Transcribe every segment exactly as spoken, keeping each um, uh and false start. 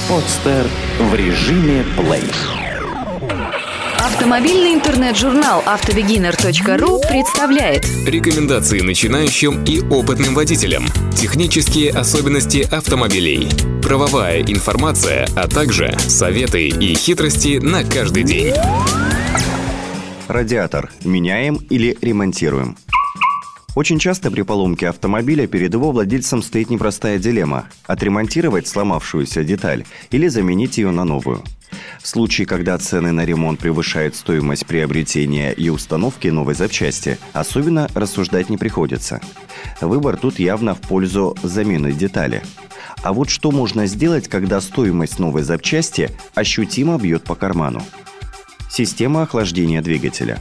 Подстер в режиме плей. Автомобильный интернет-журнал автобегинер точка ру представляет рекомендации начинающим и опытным водителям, технические особенности автомобилей, правовая информация, а также советы и хитрости на каждый день. Радиатор меняем или ремонтируем? Очень часто при поломке автомобиля перед его владельцем стоит непростая дилемма – отремонтировать сломавшуюся деталь или заменить ее на новую. В случае, когда цены на ремонт превышают стоимость приобретения и установки новой запчасти, особенно рассуждать не приходится. Выбор тут явно в пользу замены детали. А вот что можно сделать, когда стоимость новой запчасти ощутимо бьет по карману? Система охлаждения двигателя.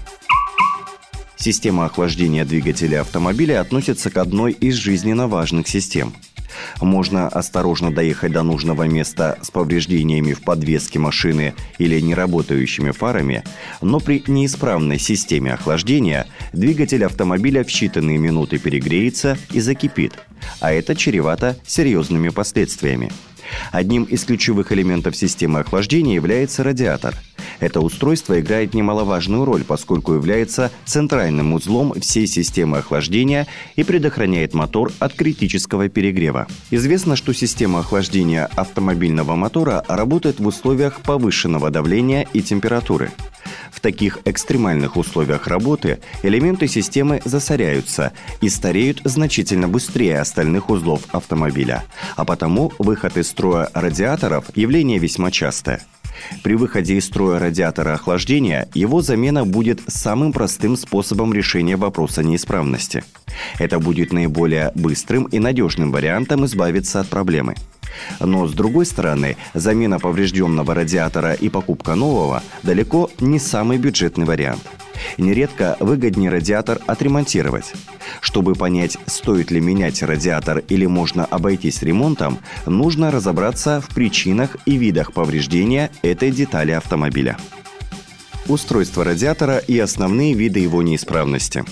Система охлаждения двигателя автомобиля относится к одной из жизненно важных систем. Можно осторожно доехать до нужного места с повреждениями в подвеске машины или неработающими фарами, но при неисправной системе охлаждения двигатель автомобиля в считанные минуты перегреется и закипит, а это чревато серьезными последствиями. Одним из ключевых элементов системы охлаждения является радиатор. Это устройство играет немаловажную роль, поскольку является центральным узлом всей системы охлаждения и предохраняет мотор от критического перегрева. Известно, что система охлаждения автомобильного мотора работает в условиях повышенного давления и температуры. В таких экстремальных условиях работы элементы системы засоряются и стареют значительно быстрее остальных узлов автомобиля, а потому выход из строя радиаторов – явление весьма частое. При выходе из строя радиатора охлаждения его замена будет самым простым способом решения вопроса неисправности. Это будет наиболее быстрым и надежным вариантом избавиться от проблемы. Но, с другой стороны, замена поврежденного радиатора и покупка нового далеко не самый бюджетный вариант. Нередко выгоднее радиатор отремонтировать. Чтобы понять, стоит ли менять радиатор или можно обойтись ремонтом, нужно разобраться в причинах и видах повреждения этой детали автомобиля. Устройство радиатора и основные виды его неисправности.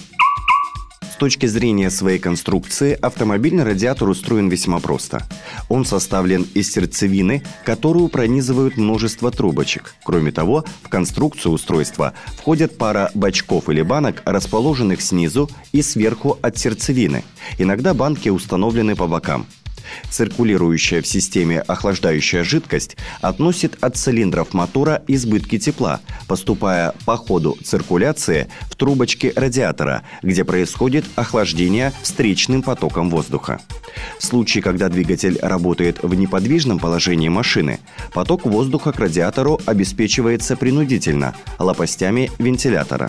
С точки зрения своей конструкции, автомобильный радиатор устроен весьма просто. Он составлен из сердцевины, которую пронизывают множество трубочек. Кроме того, в конструкцию устройства входят пара бачков или банок, расположенных снизу и сверху от сердцевины. Иногда банки установлены по бокам. Циркулирующая в системе охлаждающая жидкость относит от цилиндров мотора избытки тепла, поступая по ходу циркуляции в трубочки радиатора, где происходит охлаждение встречным потоком воздуха. В случае, когда двигатель работает в неподвижном положении машины, поток воздуха к радиатору обеспечивается принудительно лопастями вентилятора.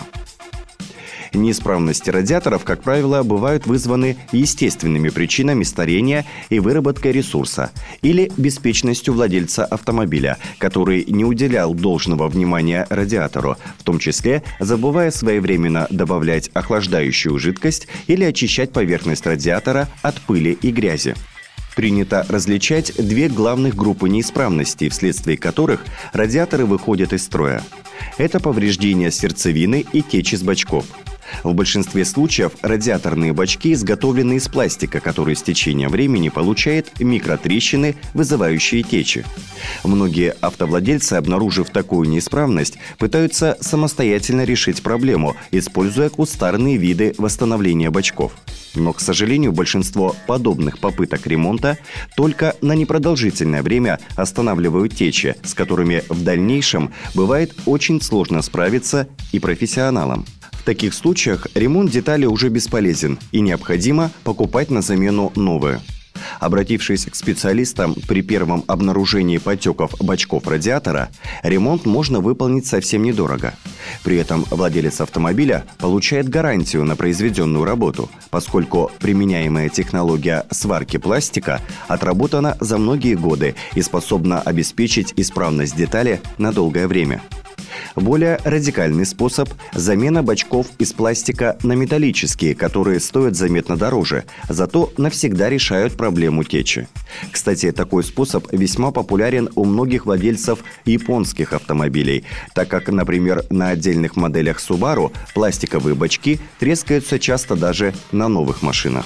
Неисправности радиаторов, как правило, бывают вызваны естественными причинами старения и выработкой ресурса или беспечностью владельца автомобиля, который не уделял должного внимания радиатору, в том числе забывая своевременно добавлять охлаждающую жидкость или очищать поверхность радиатора от пыли и грязи. Принято различать две главных группы неисправностей, вследствие которых радиаторы выходят из строя. Это повреждение сердцевины и течь из бачков. В большинстве случаев радиаторные бачки изготовлены из пластика, который с течением времени получает микротрещины, вызывающие течи. Многие автовладельцы, обнаружив такую неисправность, пытаются самостоятельно решить проблему, используя кустарные виды восстановления бачков. Но, к сожалению, большинство подобных попыток ремонта только на непродолжительное время останавливают течи, с которыми в дальнейшем бывает очень сложно справиться и профессионалам. В таких случаях ремонт детали уже бесполезен и необходимо покупать на замену новые. Обратившись к специалистам при первом обнаружении потеков бачков радиатора, ремонт можно выполнить совсем недорого. При этом владелец автомобиля получает гарантию на произведенную работу, поскольку применяемая технология сварки пластика отработана за многие годы и способна обеспечить исправность детали на долгое время. Более радикальный способ – замена бачков из пластика на металлические, которые стоят заметно дороже, зато навсегда решают проблему течи. Кстати, такой способ весьма популярен у многих владельцев японских автомобилей, так как, например, на отдельных моделях Subaru пластиковые бачки трескаются часто даже на новых машинах.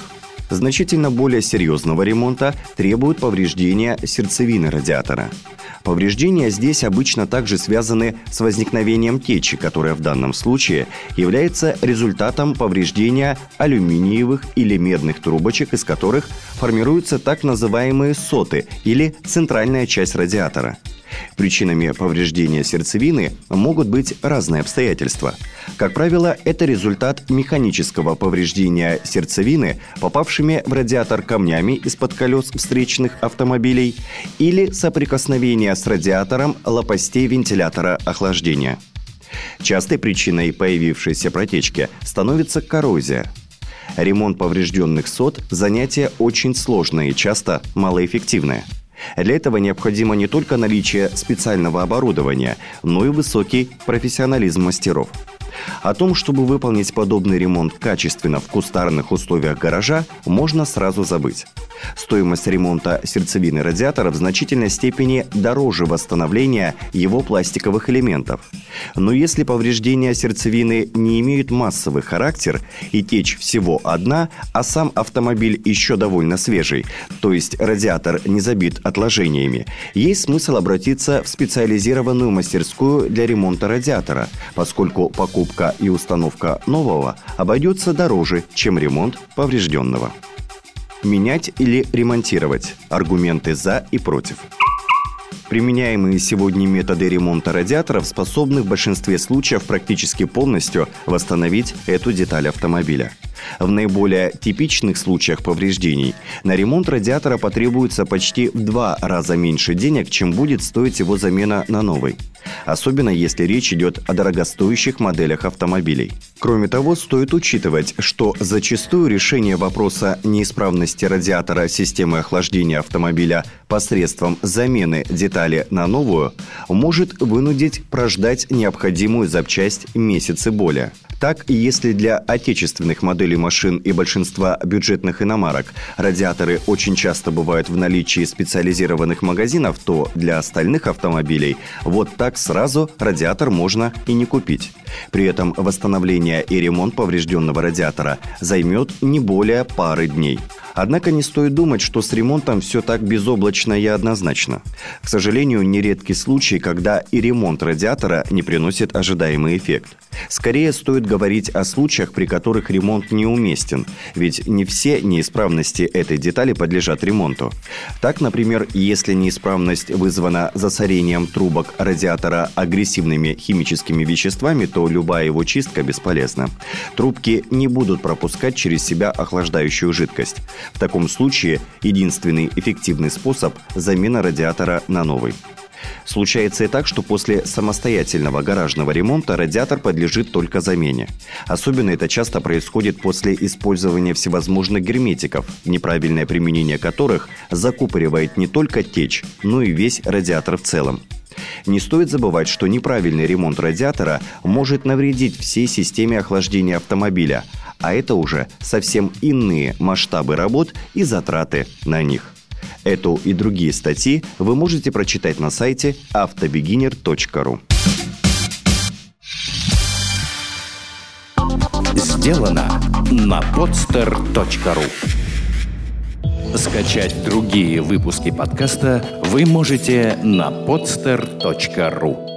Значительно более серьезного ремонта требует повреждения сердцевины радиатора. Повреждения здесь обычно также связаны с возникновением течи, которая в данном случае является результатом повреждения алюминиевых или медных трубочек, из которых формируются так называемые соты или центральная часть радиатора. Причинами повреждения сердцевины могут быть разные обстоятельства. Как правило, это результат механического повреждения сердцевины, попавшими в радиатор камнями из-под колес встречных автомобилей, или соприкосновения с радиатором лопастей вентилятора охлаждения. Частой причиной появившейся протечки становится коррозия. Ремонт поврежденных сот – занятие очень сложное и часто малоэффективное. Для этого необходимо не только наличие специального оборудования, но и высокий профессионализм мастеров. О том, чтобы выполнить подобный ремонт качественно в кустарных условиях гаража, можно сразу забыть. Стоимость ремонта сердцевины радиатора в значительной степени дороже восстановления его пластиковых элементов. Но если повреждения сердцевины не имеют массовый характер и течь всего одна, а сам автомобиль еще довольно свежий, то есть радиатор не забит отложениями, есть смысл обратиться в специализированную мастерскую для ремонта радиатора, поскольку покупка и установка нового обойдется дороже, чем ремонт поврежденного. Менять или ремонтировать. Аргументы за и против. Применяемые сегодня методы ремонта радиаторов способны в большинстве случаев практически полностью восстановить эту деталь автомобиля. В наиболее типичных случаях повреждений на ремонт радиатора потребуется почти в два раза меньше денег, чем будет стоить его замена на новый. Особенно если речь идет о дорогостоящих моделях автомобилей. Кроме того, стоит учитывать, что зачастую решение вопроса неисправности радиатора системы охлаждения автомобиля посредством замены детали на новую может вынудить прождать необходимую запчасть месяцы более. Так, если для отечественных моделей машин и большинства бюджетных иномарок радиаторы очень часто бывают в наличии специализированных магазинов, то для остальных автомобилей вот так сразу радиатор можно и не купить. При этом восстановление и ремонт поврежденного радиатора займет не более пары дней. Однако не стоит думать, что с ремонтом все так безоблачно и однозначно. К сожалению, нередки случаи, когда и ремонт радиатора не приносит ожидаемый эффект. Скорее стоит говорить о случаях, при которых ремонт неуместен, ведь не все неисправности этой детали подлежат ремонту. Так, например, если неисправность вызвана засорением трубок радиатора агрессивными химическими веществами, то любая его чистка бесполезна. Трубки не будут пропускать через себя охлаждающую жидкость. В таком случае единственный эффективный способ – замена радиатора на новый. Случается и так, что после самостоятельного гаражного ремонта радиатор подлежит только замене. Особенно это часто происходит после использования всевозможных герметиков, неправильное применение которых закупоривает не только течь, но и весь радиатор в целом. Не стоит забывать, что неправильный ремонт радиатора может навредить всей системе охлаждения автомобиля, а это уже совсем иные масштабы работ и затраты на них. Эту и другие статьи вы можете прочитать на сайте автобегинер точка ру. Сделано на подстер точка ру. Скачать другие выпуски подкаста вы можете на подстер точка ру.